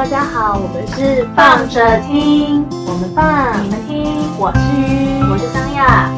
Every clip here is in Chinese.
家好，我们是放着听， 我们放， 你们听， 我是鱼， 我是张亚。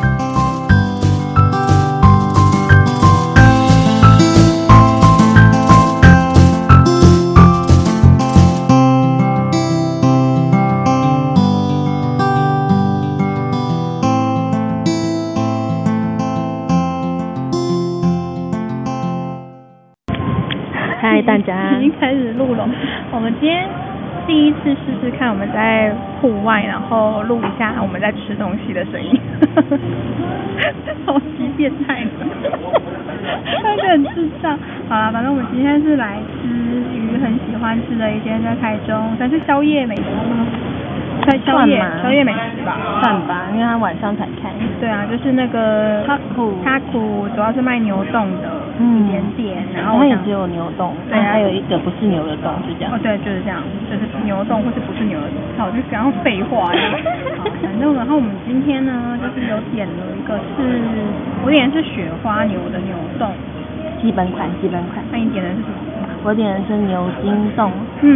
嗨，大家已经开始录了。我们今天第一次试试看，我们在户外，然后录一下我们在吃东西的声音，超级变态的，那个很智障。好啦，反正我们今天是来吃鱼很喜欢吃的一间在台中，算是宵夜美食吗？宵夜美食吧， 算吧，因为它晚上才开。 对啊，就是那个塔库，主要是卖牛冻的一间店，然后它也只有牛冻， 对， 还有一个不是牛的冻，就这样。 哦，对，就是这样，就是牛冻或是不是牛的冻。好，我就刚刚废话呀。好，反正然后我们今天呢，就是有点了一个我点的是雪花牛的牛冻， 基本款。 那你点的是什么？ 我点的是牛筋冻。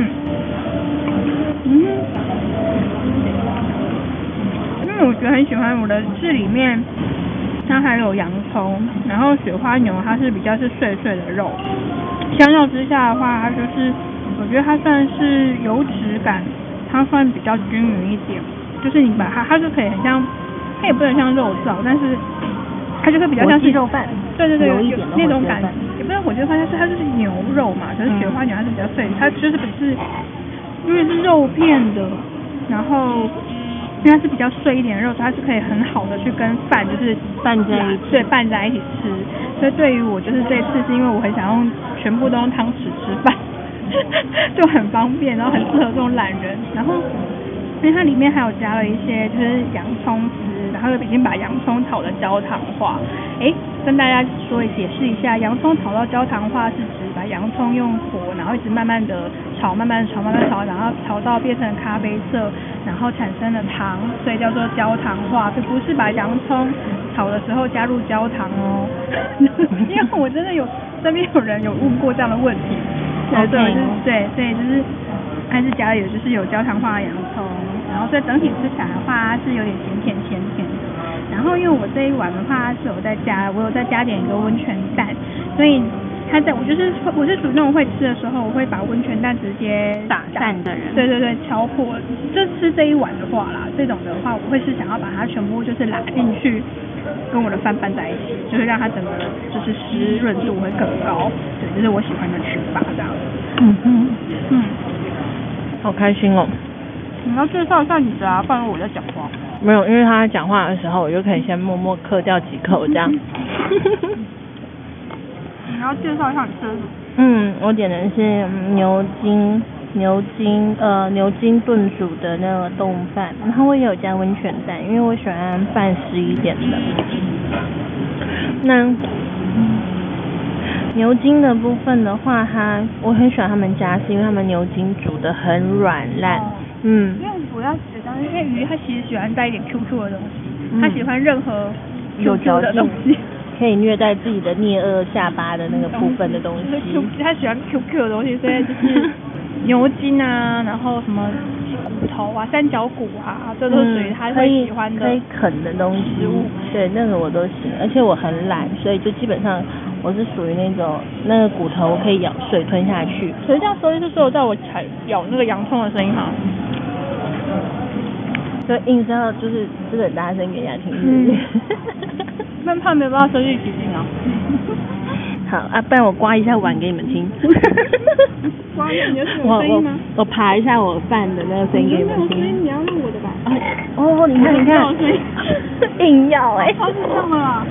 因为我觉得很喜欢我的是里面它还有洋葱，然后雪花牛它是比较是碎碎的肉，相较之下的话，它就是我觉得它算是油脂感，它算比较均匀一点，就是你把它就可以很像，它也不能像肉燥，但是它就会比较像是肉饭， 对， 有一点的那种感觉，也不是火鸡肉饭，它就是牛肉嘛，可是雪花牛它是比较碎，它就是不是因为是肉片的，然后因为它是比较碎一点的肉，它是可以很好的去跟饭就是拌在一起， 对，拌在一起吃。所以对于我就是这次是因为我很想用全部都用汤匙吃饭，就很方便，然后很适合这种懒人。然后因为它里面还有加了一些就是洋葱丝，然后已经把洋葱炒的焦糖化。跟大家解释一下，洋葱炒到焦糖化是指把洋葱用火，然后一直慢慢的炒，然后炒到变成咖啡色，然后产生了糖，所以叫做焦糖化，这不是把洋葱炒的时候加入焦糖哦。因为我真的身边有人有问过这样的问题，所以就是还是加了就是有焦糖化的洋葱，然后所以整体吃起来的话是有点甜的。然后因为我这一碗的话是我有再加点一个温泉蛋，所以我是属于那种会吃的时候，我会把温泉蛋直接打散的人。 对，敲破。就吃这一碗的话啦，这种的话我会是想要把它全部就是拉进去，跟我的饭拌在一起，就是让它整个就是湿润度会更高。对，这是我喜欢的吃法这样。 好开心哦。 你要介绍一下你的啊，不然我在讲话。 没有，因为他讲话的时候，我就可以先默默嗑掉几口这样。 你要介绍一下你吃的什么？ 我点的是牛筋炖煮的那个冻饭，然后我也有加温泉蛋，因为我喜欢饭湿一点的。那牛筋的部分的话，我很喜欢他们家，是因为他们牛筋煮的很软烂。 因为我要觉得，因为鱼它其实喜欢带一点 QQ 的东西，它喜欢任何 QQ 的东西， 可以虐待自己的颞颌下巴的那个部分的东西。 它喜欢 QQ 的东西，所以就是牛筋啊，然后什么骨头啊、三角骨啊，这都是属于它会喜欢的可以啃的东西。食物，对，那个我都行，而且我很懒，所以就基本上我是属于那个骨头可以咬碎吞下去。 可是这样说就是说在我咬那个洋葱的声音哈。 就硬是要就是这个很大声给人家听。 但怕没办法身临其境啊。 好啊，不然我刮一下碗给你们听。 刮你有什么声音吗？ 我爬一下我饭的那个声音给你们听。 你要录我的吧？ 你看，硬要超智障了啦。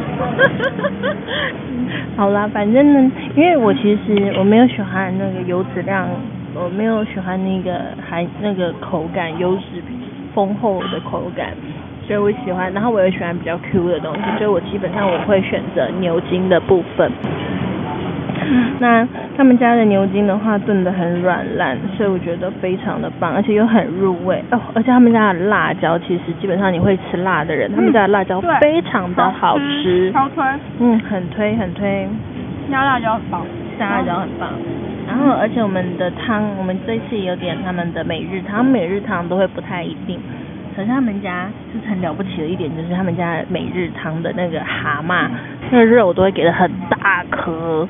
好啦，反正呢，因为我其实我没有喜欢那个油脂量，我没有喜欢那个口感油脂丰厚的口感，所以我喜欢，然后我也喜欢比较 Q 的东西，所以我基本上我会选择牛筋的部分。那他们家的牛筋的话炖得很软烂，所以我觉得非常的棒，而且又很入味而且他们家的辣椒其实基本上你会吃辣的人，他们家的辣椒非常的好吃， 超推， 很推，加辣椒很棒， 加辣椒很棒。 然后而且我们的汤，我们这次也有点他们的每日汤都会不太一定。可是他们家是很了不起的一点，就是他们家每日汤的那个蛤蟆，那个肉都会给的很大颗。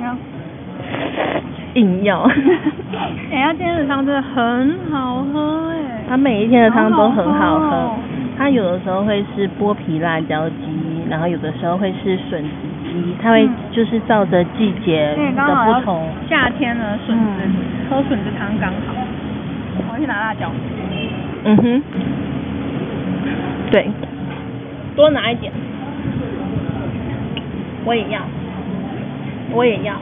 硬要。 他今天的汤真的很好喝他每一天的汤都很好喝。他有的时候会是剥皮辣椒鸡，然后有的时候会是笋子鸡，他会就是照着季节的不同。 夏天的笋子，喝笋子汤刚好。我要去拿辣椒。 对，多拿一点。我也要。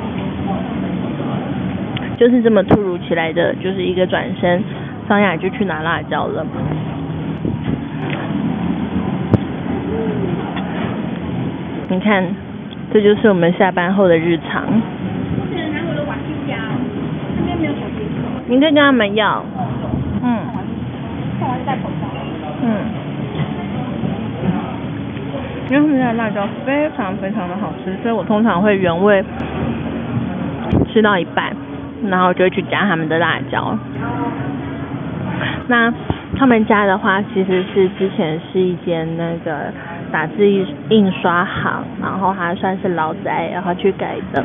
就是这么突如其来的，就是一个转身，桑雅就去拿辣椒了。你看，这就是我们下班后的日常。你可以跟他们要。因为他们家的辣椒非常非常的好吃，所以我通常会原味吃到一半，然后就会去加他们的辣椒。那他们家的话，其实是之前是一间那个打字印刷行，然后它算是老宅，然后去改的。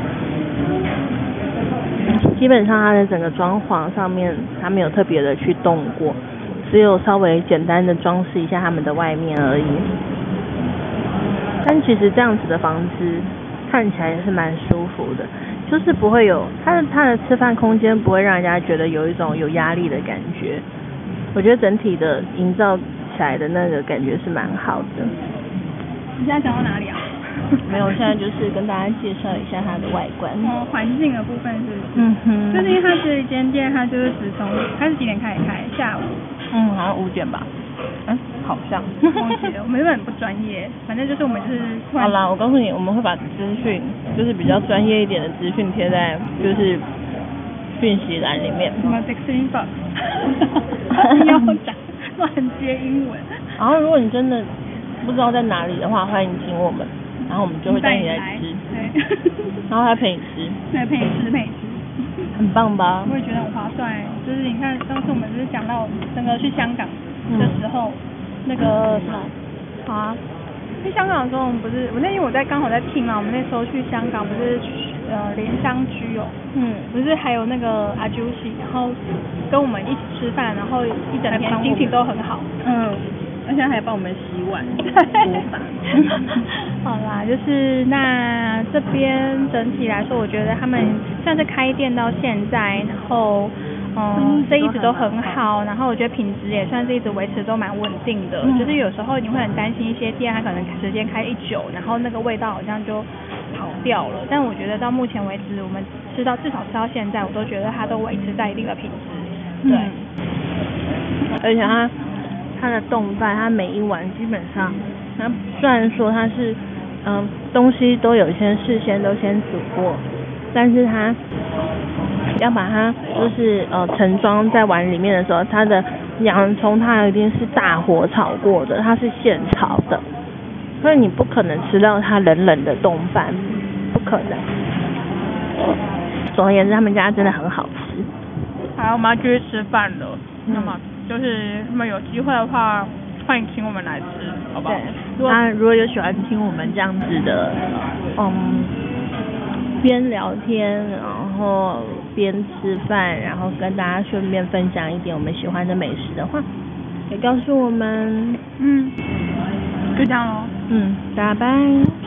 基本上它的整个装潢上面，它没有特别的去动过，只有稍微简单的装饰一下他们的外面而已。但其实这样子的房子看起来也是蛮舒服的，就是不会有它的吃饭空间不会让人家觉得有一种有压力的感觉。我觉得整体的营造起来的那个感觉是蛮好的。 你现在讲到哪里啊？ 没有，现在就是跟大家介绍一下它的外观。 环境的部分是。就是因为它这一间店，它就是它是几点开始开？下午。 好像5点吧。好像忘记了，我们根本不专业，反正就是我们就是。 好啦，我告诉你，我们会把资讯，就是比较专业一点的资讯贴在就是讯息栏里面。 什么 Dixie Box？ 要讲乱接英文。 然后如果你真的不知道在哪里的话，欢迎请我们，然后我们就会带你来吃。 对。 然后还陪你吃。对， 陪你吃。 很棒吧？ 我也觉得很划算就是你看，当时我们就是讲到整个去香港的时候，那个什么去香港的时候，我们不是因为我刚好在听嘛，我们那时候去香港不是莲香居不是还有那个阿朱西，然后跟我们一起吃饭，然后一整天心情都很好。 而且还帮我们洗碗。 好啦，就是那这边整体来说，我觉得他们算是开店到现在，然后这一直都很好，然后我觉得品质也算是一直维持都蛮稳定的。就是有时候你会很担心一些店，它可能时间开一久，然后那个味道好像就跑掉了。但我觉得到目前为止，我们至少吃到现在，我都觉得它都维持在一定的品质。对。 而且它的冻饭，它每一碗基本上，它虽然说它是东西都有事先都先煮过，但是它要把它就是盛装在碗里面的时候，它的洋葱它一定是大火炒过的，它是现炒的，所以你不可能吃到它冷冷的冻饭，不可能。总而言之，他们家真的很好吃。 好，我们要继续吃饭了。那么就是如果有机会的话，欢迎请我们来吃，好不好？ 对。如果有喜欢听我们这样子的，边聊天，然后边吃饭，然后跟大家顺便分享一点我们喜欢的美食的话，可以告诉我们。 就这样咯。 大家拜。